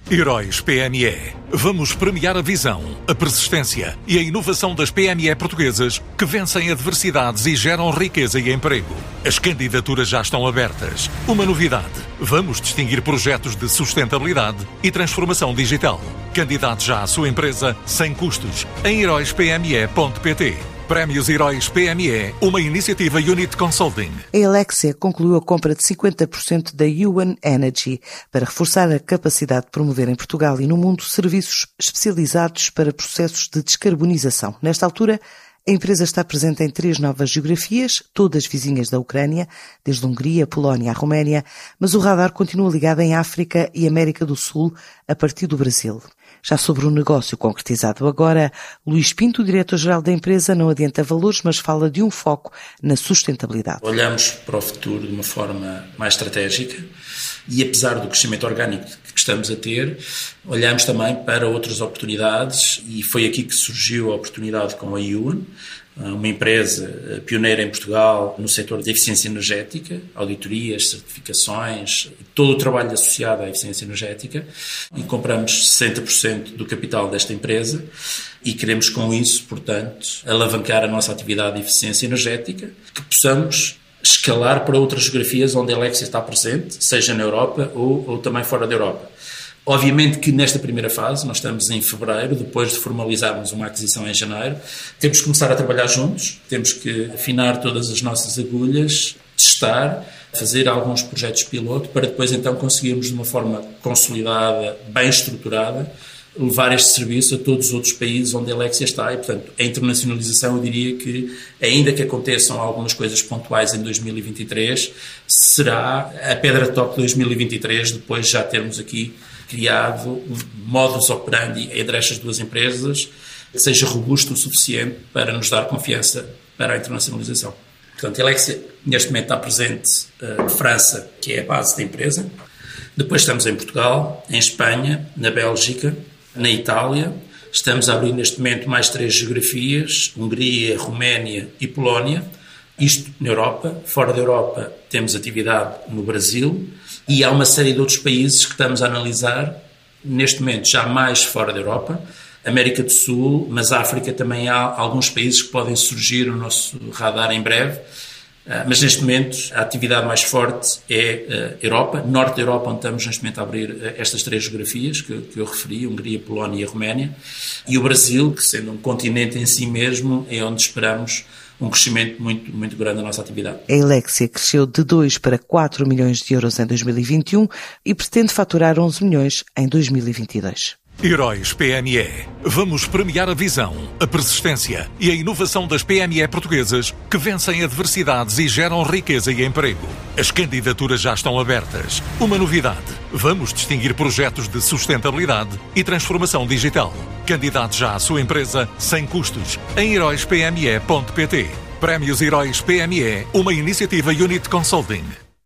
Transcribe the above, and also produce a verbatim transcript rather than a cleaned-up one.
Heróis P M E. Vamos premiar a visão, a persistência e a inovação das P M E portuguesas que vencem adversidades e geram riqueza e emprego. As candidaturas já estão abertas. Uma novidade: vamos distinguir projetos de sustentabilidade e transformação digital. Candidate já à sua empresa sem custos em heróis p m e ponto p t. Prémios Heróis P M E, uma iniciativa Unit Consulting. A Elexia concluiu a compra de cinquenta por cento da Yuan Energy para reforçar a capacidade de promover em Portugal e no mundo serviços especializados para processos de descarbonização. Nesta altura, a empresa está presente em três novas geografias, todas vizinhas da Ucrânia, desde a Hungria, Polónia à Roménia, mas o radar continua ligado em África e América do Sul, a partir do Brasil. Já sobre o negócio concretizado agora, Luís Pinto, diretor-geral da empresa, não adianta valores, mas fala de um foco na sustentabilidade. Olhamos para o futuro de uma forma mais estratégica e, apesar do crescimento orgânico que estamos a ter, olhamos também para outras oportunidades e foi aqui que surgiu a oportunidade com a Yuan, uma empresa pioneira em Portugal no setor da eficiência energética, auditorias, certificações, todo o trabalho associado à eficiência energética, e compramos sessenta por cento do capital desta empresa e queremos com isso, portanto, alavancar a nossa atividade de eficiência energética, que possamos escalar para outras geografias onde a Elexia está presente, seja na Europa ou, ou também fora da Europa. Obviamente que nesta primeira fase, nós estamos em fevereiro, depois de formalizarmos uma aquisição em janeiro, temos que começar a trabalhar juntos, temos que afinar todas as nossas agulhas, testar, fazer alguns projetos piloto, para depois então conseguirmos de uma forma consolidada, bem estruturada, levar este serviço a todos os outros países onde a Elexia está e, portanto, a internacionalização, eu diria que, ainda que aconteçam algumas coisas pontuais em dois mil e vinte e três, será a pedra-toque de dois mil e vinte e três, depois já termos aqui criado um modus operandi entre estas duas empresas que seja robusto o suficiente para nos dar confiança para a internacionalização. Portanto, a Elexia, neste momento, está presente uh, na França, que é a base da empresa. Depois estamos em Portugal, em Espanha, na Bélgica, na Itália. Estamos a abrir neste momento mais três geografias: Hungria, Roménia e Polónia. Isto na Europa. Fora da Europa temos atividade no Brasil e há uma série de outros países que estamos a analisar, neste momento já mais fora da Europa, América do Sul, mas África também há alguns países que podem surgir no nosso radar em breve. Mas neste momento a atividade mais forte é a Europa, norte da Europa, onde estamos neste momento a abrir estas três geografias que, que eu referi, Hungria, Polónia e a Roménia, e o Brasil, que sendo um continente em si mesmo, é onde esperamos um crescimento muito, muito grande da nossa atividade. A Elexia cresceu de dois para quatro milhões de euros em dois mil e vinte e um e pretende faturar onze milhões em dois mil e vinte e dois. Heróis P M E. Vamos premiar a visão, a persistência e a inovação das P M E portuguesas que vencem adversidades e geram riqueza e emprego. As candidaturas já estão abertas. Uma novidade: vamos distinguir projetos de sustentabilidade e transformação digital. Candidate já à sua empresa sem custos em heróis p m e ponto p t. Prémios Heróis P M E, uma iniciativa Unit Consulting.